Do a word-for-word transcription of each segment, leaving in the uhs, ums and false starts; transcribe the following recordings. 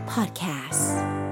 Podcast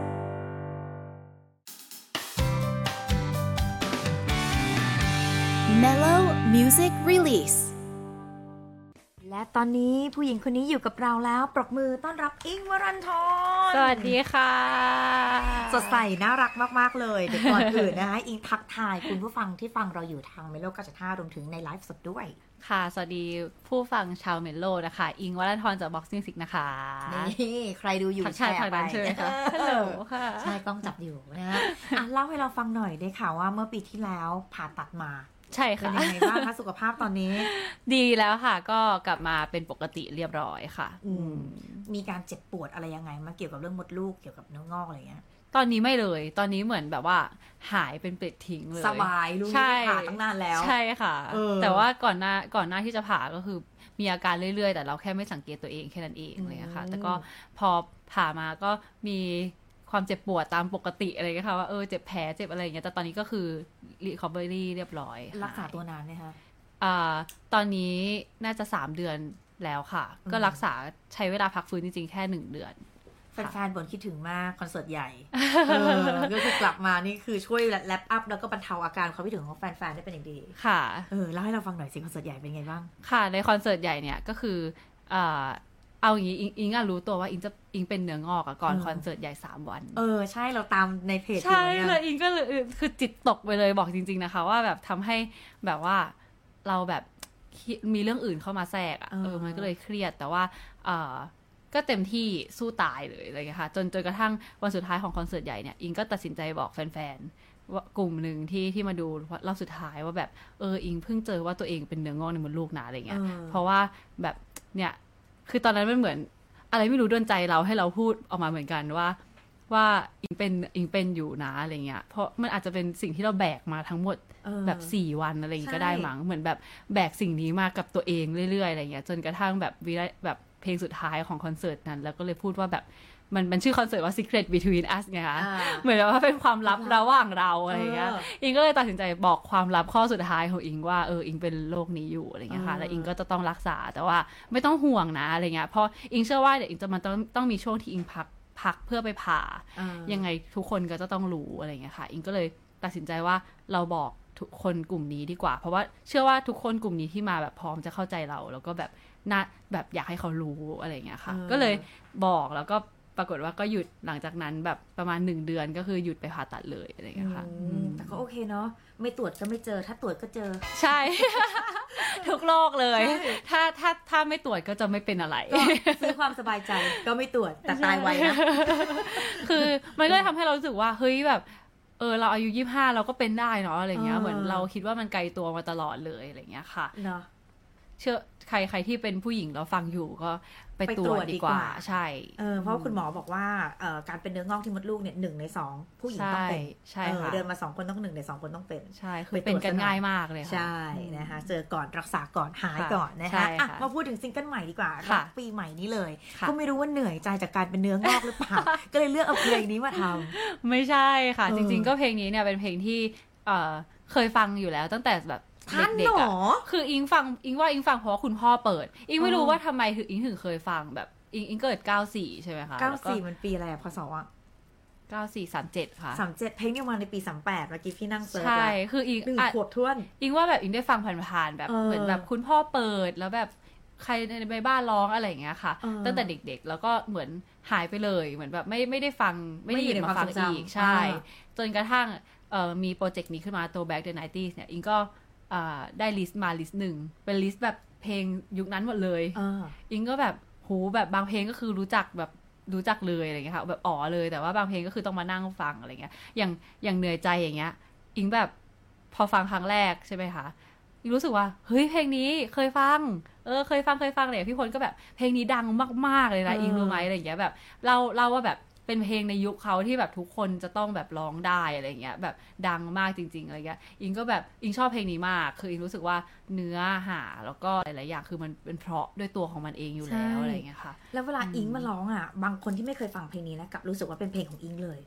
Mellow Music Release และตอนนี้ผู้หญิงคนนี้อยู่กับเราแล้วปรบมือต้อนรับอิงค์วรันธรสวัสดีค่ะสดใสน่ารักมากๆเลยเดี๋ยวก่อนอื่นนะคะอิงทักทายคุณผู้ฟังที่ฟังเราอยู่ทางเมโล เก้าสิบห้ารวมถึงในไลฟ์สดด้วยค่ะสวัสดีผู้ฟังชาวเมโลนะคะอิงค์วรันธรจาก Box Music นะคะนี่ใครดูอยู่แชร์ไปใช่ไหมคะฮัลโหลค่ะใช่ต้องจับอยู่นะอ่ะเล่าให้เราฟังหน่อยได้ข่าวว่าเมื่อปีที่แล้วผ่าตัดมาใช่ค่ะเป็นยังไงบ้างคะสุขภาพตอนนี้ดีแล้วค่ะก็กลับมาเป็นปกติเรียบร้อยค่ะมีการเจ็บปวดอะไรยังไงมาเกี่ยวกับเรื่องมดลูกเกี่ยวกับเนื้องอกอะไรเงี้ยตอนนี้ไม่เลยตอนนี้เหมือนแบบว่าหายเป็นปลิดทิ้งเลยสบายรู้ที่ผ่าตั้งนานแล้วใช่ค่ะแต่ว่าก่อนหน้าก่อนหน้าที่จะผ่าก็คือมีอาการเรื่อยๆแต่เราแค่ไม่สังเกตตัวเองแค่นั้นเองเลยค่ะแต่ก็พอผ่ามาก็มีความเจ็บปวดตามปกติอะไรก็ค่ะว่าเออเจ็บแผลเจ็บอะไรอย่างเงี้ยแต่ตอนนี้ก็คือ recovery เรียบร้อยรักษาตัวนานไหมคะอ่าตอนนี้น่าจะสามเดือนแล้วค่ะก็รักษาใช้เวลาพักฟื้นจริงๆแค่หนึ่งเดือนแฟนๆบ่นคิดถึงมากคอนเสิร์ตใหญ่ก็คือกลับมานี่คือช่วยแลปอัพแล้วก็บรรเทาอาการความคิดถึงของแฟนๆได้เป็นอย่างดีค่ะเออเล่าให้เราฟังหน่อยสิคอนเสิร์ตใหญ่เป็นไงบ้างค่ะในคอนเสิร์ตใหญ่เนี่ยก็คืออ่าเอาอย่างนี้อิงอ่ะรู้ตัวว่าอิงจะอิงเป็นเนื้องอกอ่ะก่อนคอนเสิร์ตใหญ่สามวันเออใช่เราตามในเพจใช่เลยอิงก็เลยคือจิตตกไปเลยบอกจริงๆนะคะว่าแบบทำให้แบบว่าเราแบบมีเรื่องอื่นเข้ามาแทรกอ่ะเออมันก็เลยเครียดแต่ว่าเออก็เต็มที่สู้ตายเลยอะไรอย่างเงี้ยค่ะจนจนกระทั่งวันสุดท้ายของคอนเสิร์ตใหญ่เนี่ยอิงก็ตัดสินใจบอกแฟนๆว่ากลุ่มหนึ่งที่ที่มาดูรอบสุดท้ายว่าแบบเอออิงเพิ่งเจอว่าตัวเองเป็นเนื้องอกในมดลูกนะอะไรเงี้ยเพราะว่าแบบเนี่ยคือตอนนั้นมันเหมือนอะไรไม่รู้ดลใจเราให้เราพูดออกมาเหมือนกันว่าว่าอิงเป็นอิงเป็นอยู่นะอะไรเงี้ยเพราะมันอาจจะเป็นสิ่งที่เราแบกมาทั้งหมดแบบสี่วันอะไรอย่างงี้ก็ได้มั้งเหมือนแบบแบกสิ่งนี้มากับตัวเองเรื่อยๆอะไรเงี้ยจนกระทั่งแบบวิแบบเพลงสุดท้ายของคอนเสิร์ตนั้นแล้วก็เลยพูดว่าแบบมันมันชื่อคอนเสิร์ตว่า Secret Between Us ไงคะเหมือนว่าเป็นความลับระหว่างเราอะไรเงี้ยอิงก็เลยตัดสินใจบอกความลับข้อสุดท้ายของอิงว่าเอออิงเป็นโรคนี้อยู่อะไรเงี้ยค่ะแล้วอิงก็จะต้องรักษาแต่ว่าไม่ต้องห่วงนะอะไรเงี้ยเพราะอิงเชื่อว่าเดี๋ยวอิงจะมันต้องต้องมีช่วงที่อิงพักพักเพื่อไปผ่ายังไงทุกคนก็จะต้องรู้อะไรเงี้ยค่ะอิงก็เลยตัดสินใจว่าเราบอกทุกคนกลุ่มนี้ดีกว่าเพราะว่าเชื่อว่าทุกคนกลุ่มนี้ที่มาแบบพร้อมจะเข้าใจเราแล้วก็แบบน่าแบบอยากให้เขารู้อะไรเงี้ยค่ะก็เลยบอกแล้วก็ปรากฏว่าก็หยุดหลังจากนั้นแบบประมาณหนึ่งเดือนก็คือหยุดไปผ่าตัดเลยอะไรเงี้ยค่ะแต่ก็โอเคเนาะไม่ตรวจก็ไม่เจอถ้าตรวจก็เจอใช่ ทุกโรคเลยถ้าถ้าถ้าไม่ตรวจก็จะไม่เป็นอะไรซื้อความสบายใจก็ไม่ตรวจแต่ตายไวนะคือมันก็ทำให้เรารู้สึกว่าเฮ้ยแบบเออเราอายุยี่สิบห้าเราก็เป็นได้เนาะอะไรเงี้ยเหมือนเราคิดว่ามันไกลตัวมาตลอดเลยอะไรเงี้ยค่ะเนาะเชื่อใครใครที่เป็นผู้หญิงเราฟังอยู่ก็ไปตรวจดีกว่าใช่เออเพราะคุณหมอบอกว่าเอ่อการเป็นเนื้องอกที่มดลูกเนี่ยหนึ่งในสองผู้หญิงต้องเป็นใช่ค่ะเดินมาสองคนต้องหนึ่งในสองคนต้องเป็นใช่คือเป็นกันง่ายมากเลยค่ะใช่นะคะเจอก่อนรักษาก่อนหายก่อนนะคะอ่ะมาพูดถึงซิงเกิลใหม่ดีกว่ารับปีใหม่นี้เลยก็ไม่รู้ว่าเหนื่อยใจจากการเป็นเนื้องอกหรือเปล่าก็เลยเลือกเอาเพลงนี้มาทำไม่ใช่ค่ะจริงๆก็เพลงนี้เนี่ยเป็นเพลงที่เอ่อเคยฟังอยู่แล้วตั้งแต่แบบเด็กๆอ่ะคืออิงฟังอิงว่าอิงฟังเพราะว่าคุณพ่อเปิดอิงไม่รู้ว่าทำไมถึงอิงถึงเคยฟังแบบอิงอิงเกิดเก้าสิบสี่ใช่ไหมคะเก้าสิบสี่มันปีอะไรอ่ะพศอ่ะเก้าสิบสี่ สามสิบเจ็ดค่ะสามสิบเจ็ดเพลงนี้มาในปีสามสิบแปดเมื่อกี้พี่นั่งเซิร์ชใช่คืออิงหนึ่งขวบท้วนอิงว่าแบบอิงได้ฟังผ่านๆแบบเหมือนแบบคุณพ่อเปิดแล้วแบบใครในบ้านร้องอะไรอย่างเงี้ยค่ะตั้งแต่เด็กๆแล้วก็เหมือนหายไปเลยเหมือนแบบไม่ไม่ได้ฟังไม่ได้ยินมาฟังอีกใช่จนกระทั่งมีโปรเจกต์นี้ขึ้นมา Throwback the ไนน์ตี้ส์ เนี่ยอิงก็ได้ลิสต์มาลิสต์หนึ่งเป็นลิสต์แบบเพลงยุคนั้นหมดเลยอิงก็แบบโหแบบบางเพลงก็คือรู้จักแบบรู้จักเลยอะไรเงี้ยค่ะแบบอ๋อเลยแต่ว่าบางเพลงก็คือต้องมานั่งฟังอะไรเงี้ยอย่างอย่างเหนื่อยใจอย่างเงี้ยอิงแบบพอฟังครั้งแรกใช่ไหมคะอิงรู้สึกว่าเฮ้ยเพลงนี้เคยฟังเออเคยฟังเคยฟังเลยพี่พลก็แบบเพลงนี้ดังมากๆเลยนะอิงรู้ไหมอะไรเงี้ยแบบเราเราว่าแบบเป็นเพลงในยุคเขาที่แบบทุกคนจะต้องแบบร้องได้อะไรเงี้ยแบบดังมากจริงๆอะไรเงี้ยอิงก็แบบอิงชอบเพลงนี้มากคืออิงรู้สึกว่าเนื้อหาแล้วก็หลายๆอย่างคือมันเป็นเพราะด้วยตัวของมันเองอยู่แล้วอะไรเงี้ยค่ะแล้วเวลาอิงมาร้องอ่ะบางคนที่ไม่เคยฟังเพลงนี้นะกลับรู้สึกว่าเป็นเพลงของอิงเลย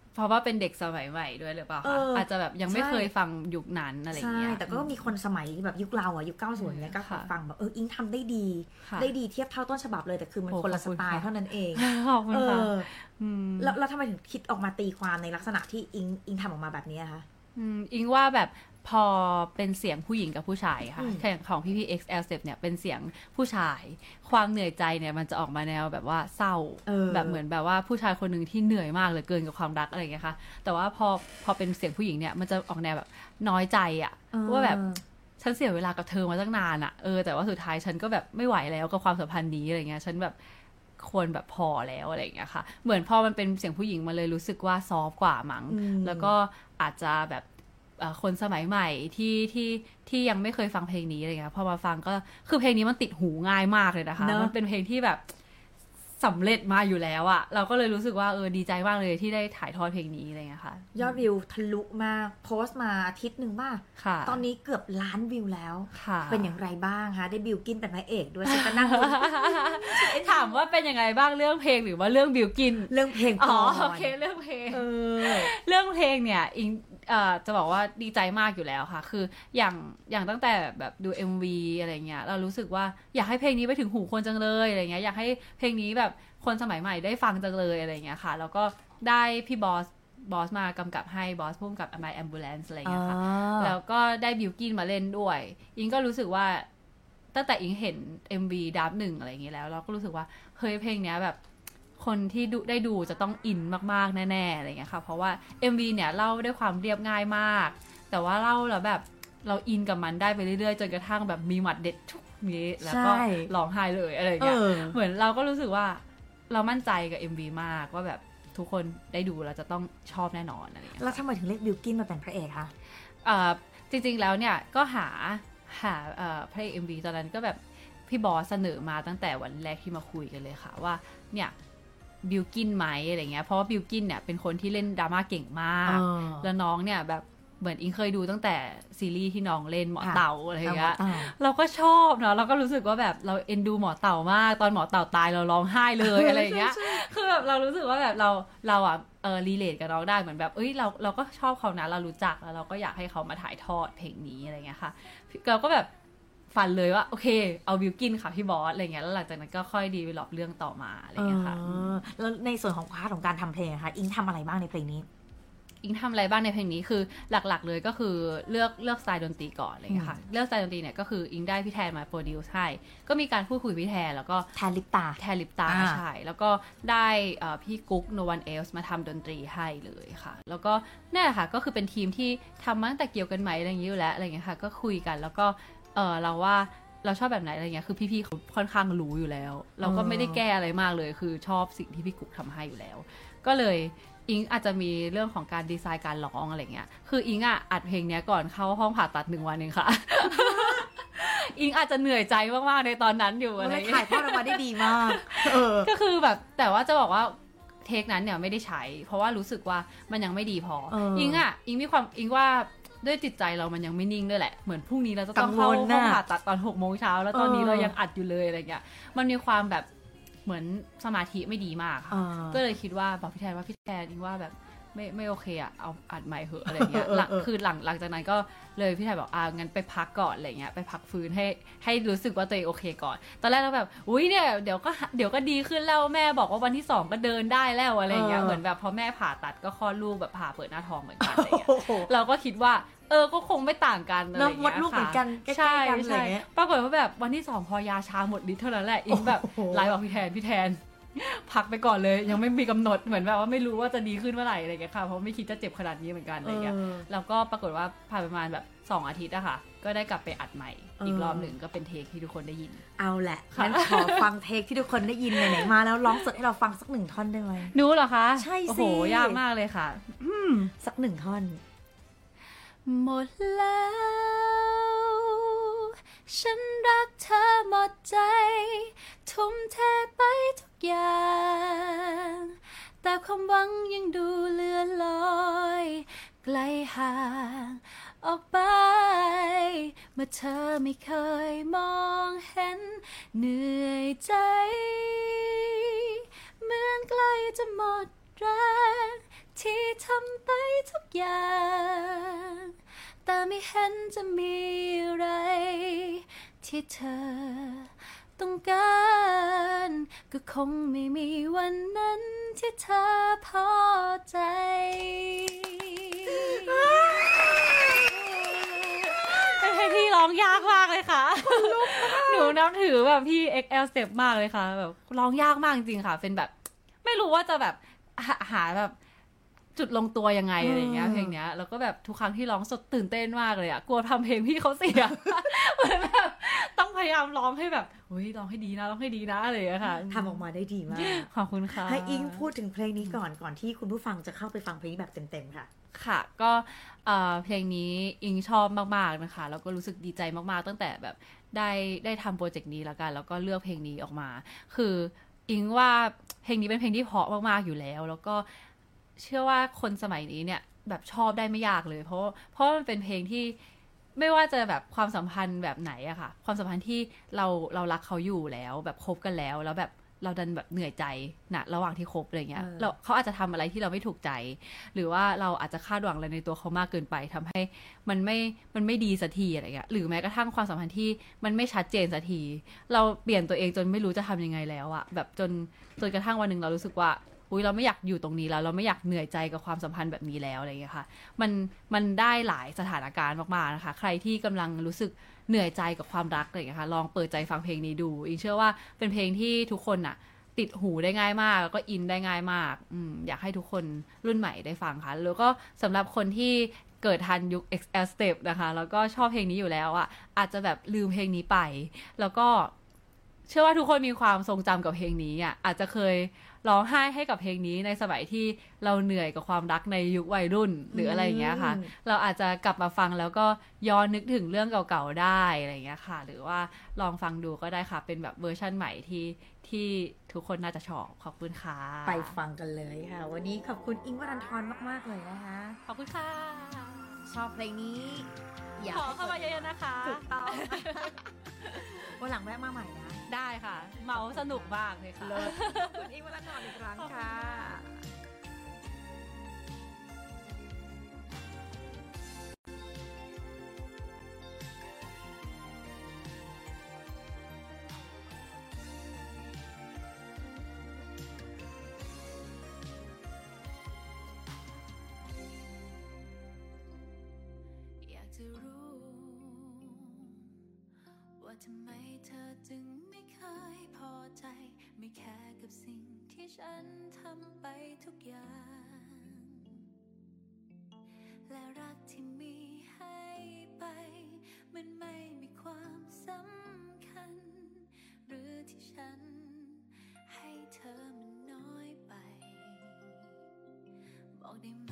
เพราะว่าเป็นเด็กสมัยใหม่ด้วยหรือเปล่าคะ อ, อาจจะแบบยังไม่เคยฟังยุคนั้นอะไรอย่างเงี้ยใช่แต่ก็มีคนสมัยแบบยุคเราอ่ะยุคเก้าสิบเนี่ยก็ฟังแบบเอออิงทำได้ดีได้ดีเทียบเท่าต้นฉบับเลยแต่คือมันคนละสไตล์เท่านั้นเองขอบคุณค่ะแล้วแล้วทำไมถึงคิดออกมาตีความในลักษณะที่อิงอิงทำออกมาแบบนี้คะอิงว่าแบบพอเป็นเสียงผู้หญิงกับผู้ชายค่ะแข่งของพี่พี่ เอ็กซ์ แอล Step เนี่ยเป็นเสียงผู้ชายความเหนื่อยใจเนี่ยมันจะออกมาแนวแบบว่าเศร้าแบบเหมือนแบบว่าผู้ชายคนนึงที่เหนื่อยมากเลยเกินกับความรักอะไรอย่างเงี้ยค่ะแต่ว่าพอพอเป็นเสียงผู้หญิงเนี่ยมันจะออกแนวแบบน้อยใจอ่ะว่าแบบฉันเสียเวลากับเธอมาตั้งนานอ่ะเออแต่ว่าสุดท้ายฉันก็แบบไม่ไหวแล้วกับความสัมพันธ์นี้อะไรเงี้ยฉันแบบควรแบบพอแล้วอะไรอย่างเงี้ยค่ะเหมือนพอมันเป็นเสียงผู้หญิงมาเลยรู้สึกว่าซอฟต์กว่ามั้งแล้วก็อาจจะแบบคนสมัยใหม่ที่ที่ที่ยังไม่เคยฟังเพลงนี้อะไรเงี้ยพอมาฟังก็คือเพลงนี้มันติดหูง่ายมากเลยนะคะ no. มันเป็นเพลงที่แบบสำเร็จมาอยู่แล้วอะเราก็เลยรู้สึกว่าเออดีใจมากเลยที่ได้ถ่ายทอดเพลงนี้อะไรเงี้ยค่ะยอดวิวทะลุมากโพสต์มาอาทิตย์นึงป่ะตอนนี้เกือบล้านวิวแล้วเป็นอย่างไรบ้างคะได้บิลกินเป็นพระเอกด้วยฉันก็นั่งถามว่าเป็นยังไงบ้างเรื่องเพลงหรือว่าเรื่องบิลกินเรื่องเพลงอ๋อโอเคเรื่องเพลงเรื่องเพลงเนี่ยอิงเอ่อจะบอกว่าดีใจมากอยู่แล้วค่ะคืออย่างอย่างตั้งแต่แบบดู เอ็ม วี อะไรเงี้ยเรารู้สึกว่าอยากให้เพลงนี้ไปถึงหูคนจังเลยอะไรเงี้ยอยากให้เพลงนี้แบบคนสมัยใหม่ได้ฟังจังเลยอะไรเงี้ยค่ะแล้วก็ได้พี่บอสบอสมากำกับให้บอสพุ่มกับ My Ambulance อะไรเงี้ยค่ะแล้วก็ได้บิลกินมาเล่นด้วยอิงก็รู้สึกว่าตั้งแต่อิงเห็น เอ็ม วี ดับหนึ่งอะไรอย่างเงี้ยแล้วเราก็รู้สึกว่าเฮ้ยเพลงเนี้ยแบบคนที่ดูได้ดูจะต้องอินมากๆแน่ๆอะไรเงี้ยค่ะเพราะว่า เอ็ม วี เนี่ยเล่าด้วยความเรียบง่ายมากแต่ว่าเล่าแล้วแบบเราอินกับมันได้ไปเรื่อยๆจนกระทั่งแบบมีหมัดเด็ดทุกนี้แล้วก็ร้องไห้เลยอะไรเงี้ยเหมือนเราก็รู้สึกว่าเรามั่นใจกับ เอ็ม วี มากว่าแบบทุกคนได้ดูเราจะต้องชอบแน่นอนอะไรเงี้ยแล้วทำไมถึงเรียกบิลกินมาเป็นพระเอกคะเอ่อจริงๆแล้วเนี่ยก็หาหาเอ่อพระเอก เอ็ม วี ตอนนั้นก็แบบพี่บอสเสนอมาตั้งแต่วันแรกที่มาคุยกันเลยค่ะว่าเนี่ยบิลกินไหมอะไรเงี้ยเพราะว่าบิลกินเนี่ยเป็นคนที่เล่นดราม่าเก่งมากแล้วน้องเนี่ยแบบเหมือนอิงเคยดูตั้งแต่ซีรีส์ที่น้องเล่นหมอเต่าอะไรเงี้ยเราก็ชอบเนาะเราก็รู้สึกว่าแบบเราเอ็นดูหมอเต่ามากตอนหมอเต่าตายเราร้องไห้เลยอะไรเงี้ยคือแบบเรารู้สึกว่าแบบเราเราอ่ะเออรีเลทกับน้องได้เหมือนแบบเอ้ยเราเราก็ชอบเขานะเรารู้จักแล้วเราก็อยากให้เขามาถ่ายทอดเพลงนี้อะไรเงี้ยค่ะเราก็แบบฟันเลยว่าโอเคเอาบิลกินค่ะพี่บอสอะไรเงี้ยแล้วหลังจากนั้นก็ค่อยดีเวลลอปเรื่องต่อมาอะไรเงี้ยค่ะแล้วในส่วนของพาร์ทของการทำเพลงค่ะอิงทำอะไรบ้างในเพลงนี้อิงทำอะไรบ้างในเพลงนี้คือหลักๆเลยก็คือเลือกเลือกสไตล์ดนตรีก่อนอะไรเงี้ยค่ะเลือกสไตล์ดนตรีเนี่ยก็คืออิงได้พี่แทนมาโปรดิวซ์ให้ก็มีการพูดคุยพี่แทนแล้วก็แทนลิปตาแทนลิปตาใช่แล้วก็ได้พี่กุ๊ก No One Else มาทำดนตรีให้เลยค่ะแล้วก็นี่แหละค่ะก็คือเป็นทีมที่ทำมาตั้งแต่เกี่ยวกันไหมอะไรอย่างนี้อยู่แล้วอะไรเงี้ยค่ะก็คุยกันแล้วก็เออเราว่าเราชอบแบบไหนอะไรเงี้ยคือพี่ๆเขาค่อนข้างรู้อยู่แล้วเราก็ไม่ได้แก้อะไรมากเลยคือชอบสิ่งที่พี่กุ๊กทำให้อยู่แล้วก็เลยอิงอาจจะมีเรื่องของการดีไซน์การร้องอะไรเงี้ยคืออิงอ่ะอัดเพลงเนี้ยก่อนเข้าห้องผ่าตัดหนึ่งวันเองค่ะ อิงอาจจะเหนื่อยใจมากๆในตอนนั้นอยู่อะไรเงี้ยถ่ายทอดออกมาได้ดีมากก็คือแบบแต่ว่าจะบอกว่าเทคนั้นเนี่ยไม่ได้ใช้เพราะว่ารู้สึกว่ามันยังไม่ดีพออิงอ่ะอิงมีความอิงว่าด้วยจิตใจเรามันยังไม่นิ่งด้วยแหละเหมือนพรุ่งนี้เราจะต้องเข้าห้องผ่าตัดตอนหกโมงเช้าแล้วตอนนี้เรายังอัดอยู่เลยอะไรเงี้ยมันมีความแบบเหมือนสมาธิไม่ดีมากค่ะก็เลยคิดว่าบอกพี่แทนว่าพี่แทนอิงว่าแบบไม่ไม่โอเคอะเอาอัดใหม่เหอะอะไรเงี้ยหลังคือหลังหลังจากนั้นก็เลยพี่แทนบอกอ่างั้นไปพักก่อนอะไรเงี้ยไปพักฟื้นให้ให้รู้สึกว่าตัวเองโอเคก่อนตอนแรกเราแบบอุ้ยเนี่ยเดี๋ยวก็เดี๋ยวก็ดีขึ้นแล้วแม่บอกว่าวันที่สองก็เดินได้แล้วอะไรเงี้ยเหมือนแบบพอแม่ผ่าตัดก็คลอดลูกแบบผ่าเปิดหน้าท้องเหมือนกันอะไรเงี้ยเราก็คิดว่าเออก็คงไม่ต่างกันอะไรอย่างเงี้ยค่ะวัดลูกเหมือนกันใช่ใช่ปรากฏว่าแบบวันที่สองพอยาชาหมดฤทธิ์เท่านั้นแหละอิงแบบไลน์บอกพี่แทนพี่แทนพักไปก่อนเลยยังไม่มีกำหนดเหมือนแบบว่าไม่รู้ว่าจะดีขึ้นเมื่อไหร่อะไรเงี้ยค่ะเพราะไม่คิดจะเจ็บขนาดนี้เหมือนกันอะไรเงี้ยแล้วก็ปรากฏว่าผ่านประมาณแบบสองอาทิตย์อะค่ะก็ได้กลับไปอัดใหม่อีกรอบหนึ่งก็เป็นเทคที่ทุกคนได้ยินเอาแหละงั้นขอฟังเทคที่ทุกคนได้ยินไหนๆมาแล้วร้องสดให้เราฟังสักหนึ่งท่อนได้ไหมนูเหรอคะใช่สิโอ้โหยากมากเลยค่ะสักหนึ่งท่อนหมดแล้วฉันรักเธอหมดใจทุ่มเทไปทุกอย่างแต่ความหวังยังดูเลื่อนลอยไกลห่างออกไปเมื่อเธอไม่เคยมองเห็นเหนื่อยใจเหมือนใกล้จะหมดแรงที่ทำไปทุกอย่างแต่ไม่เห็นจะมีอะไรที่เธอต้องการก็คงไม่มีวันนั้นที่เธอพอใจเป็นเพลงที่ร้องยากมากเลยค่ะหนูนับถือแบบพี่ เอ็กซ์ แอล Step มากเลยค่ะแบบร้องยากมากจริงๆค่ะเป็นแบบไม่รู้ว่าจะแบบหาแบบจุดลงตัวยังไงอะไรเงี้ยเพลงเนี้ยแล้วก็แบบทุกครั้งที่ร้องสดตื่นเต้นมากเลยอ่ะกลัวทำเพลงพี่เขาเสียเหมือนแบบต้องพยายามร้องให้แบบเฮ้ยร้องให้ดีนะร้องให้ดีนะอะไรอย่างเงี้ยค่ะทำออกมาได้ดีมากขอบคุณค่ะให้อิงพูดถึงเพลงนี้ก่อนก่อนที่คุณผู้ฟังจะเข้าไปฟังเพลงนี้แบบเต็มๆค่ะค่ะก็เพลงนี้อิงชอบมากๆนะคะแล้วก็รู้สึกดีใจมากๆตั้งแต่แบบได้ได้ทำโปรเจกต์นี้แล้วกันแล้วก็เลือกเพลงนี้ออกมาคืออิงว่าเพลงนี้เป็นเพลงที่เพราะมากๆอยู่แล้วแล้วก็เชื่อว่าคนสมัยนี้เนี่ยแบบชอบได้ไม่ยากเลยเพราะเพราะมันเป็นเพลงที่ไม่ว่าจะแบบความสัมพันธ์แบบไหนอะค่ะความสัมพันธ์ที่เราเรารักเขาอยู่แล้วแบบคบกันแล้วแล้วแบบเราดันแบบเหนื่อยใจนะระหว่างที่คบอะไรเงี้ยเราเขาอาจจะทำอะไรที่เราไม่ถูกใจหรือว่าเราอาจจะคาดหวังอะไรในตัวเขามากเกินไปทำให้มันไม่มันไม่ดีสักทีอะไรเงี้ยหรือแม้กระทั่งความสัมพันธ์ที่มันไม่ชัดเจนสักทีเราเปลี่ยนตัวเองจนไม่รู้จะทำยังไงแล้วอะแบบจนจนกระทั่งวันนึงเรารู้สึกว่าอุ๊ยเราไม่อยากอยู่ตรงนี้แล้วเราไม่อยากเหนื่อยใจกับความสัมพันธ์แบบนี้แล้วอะไรอย่างเงี้ยค่ะมันมันได้หลายสถานการณ์มากๆนะคะใครที่กำลังรู้สึกเหนื่อยใจกับความรักอะไรอย่างเงี้ยค่ะลองเปิดใจฟังเพลงนี้ดูอิงเชื่อว่าเป็นเพลงที่ทุกคนน่ะติดหูได้ง่ายมากแล้วก็อินได้ง่ายมากอืมอยากให้ทุกคนรุ่นใหม่ได้ฟังค่ะแล้วก็สำหรับคนที่เกิดทันยุค เอ็กซ์ แอล Step นะคะแล้วก็ชอบเพลงนี้อยู่แล้วอ่ะอาจจะแบบลืมเพลงนี้ไปแล้วก็เชื่อว่าทุกคนมีความทรงจำกับเพลงนี้อ่ะอาจจะเคยร้องไห้ให้กับเพลงนี้ในสมัยที่เราเหนื่อยกับความรักในยุควัยรุ่นหรืออะไรอย่างเงี้ยค่ะเราอาจจะกลับมาฟังแล้วก็ย้อนนึกถึงเรื่องเก่าๆได้อะไรอย่างเงี้ยค่ะหรือว่าลองฟังดูก็ได้ค่ะเป็นแบบเวอร์ชั่นใหม่ที่ที่ทุกคนน่าจะชอบขอบคุณค่ะไปฟังกันเลยค่ะวันนี้ขอบคุณอิงค์ วรันธรมากๆเลยนะคะขอบคุณค่ะชอบเพลงนี้อยากขอเข้ามาเยอะๆนะคะถูกต้องวันหลังแวะมาใหม่นะได้ค่ะเมาสนุกมากเลยค่ะขอบคุณอิงค์ วรันธรอีกครั้งค่ะจะรู้ว่าทำไมเธอจึงไม่เคยพอใจไม่แคร์กับสิ่งที่ฉันทำไปทุกอย่างและรักที่มีให้ไปมันไม่มีความสำคัญหรือที่ฉันให้เธอมันน้อยไปบอกได้ไหม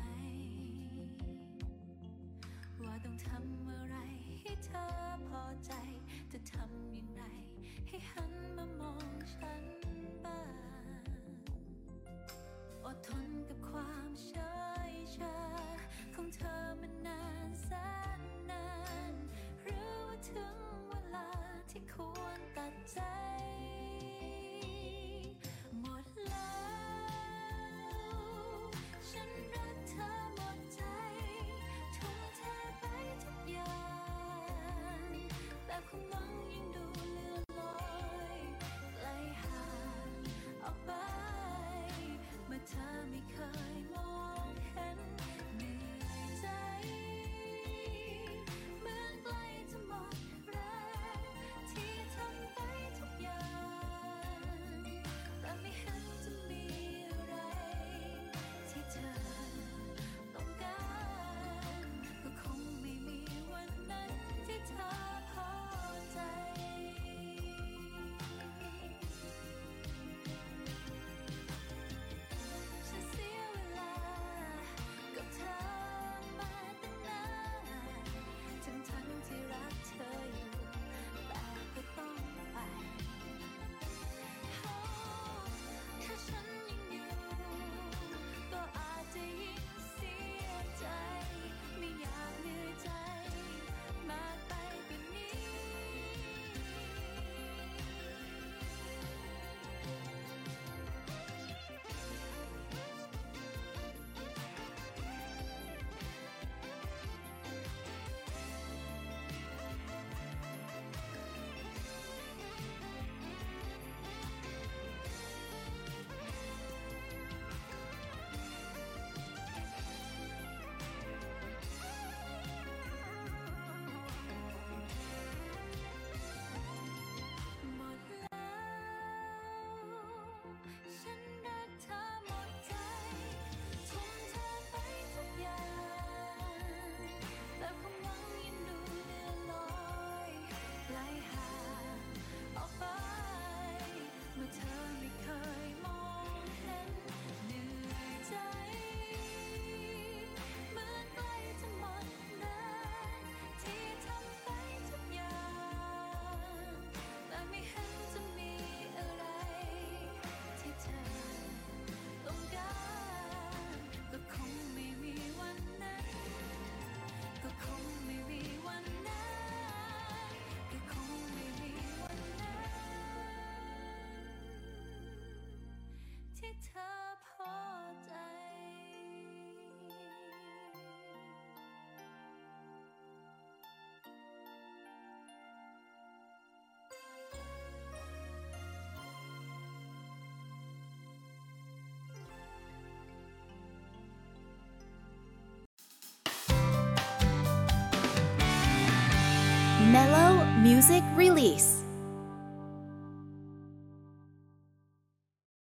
ว่าต้องทำอะไรให้เธอพอใจจะทำอย่างไรให้หันมามองฉันบ้างอดทนกับความเฉยชาของเธอมานานแสนนานหรือว่าถึงเวลาที่ควรตัดใจหมดแล้วฉันรักเธอหมดใจทุ่มเทไปทุกอย่างแต่ความหวังยังดูเลื่อนลอยไกลห่างออกไปเมื่อเธอไม่เคยมองเห็นเหนื่อยใจเหมือนใกล้จะหมดแรงที่เธเธอพอใจ Mellow Music Release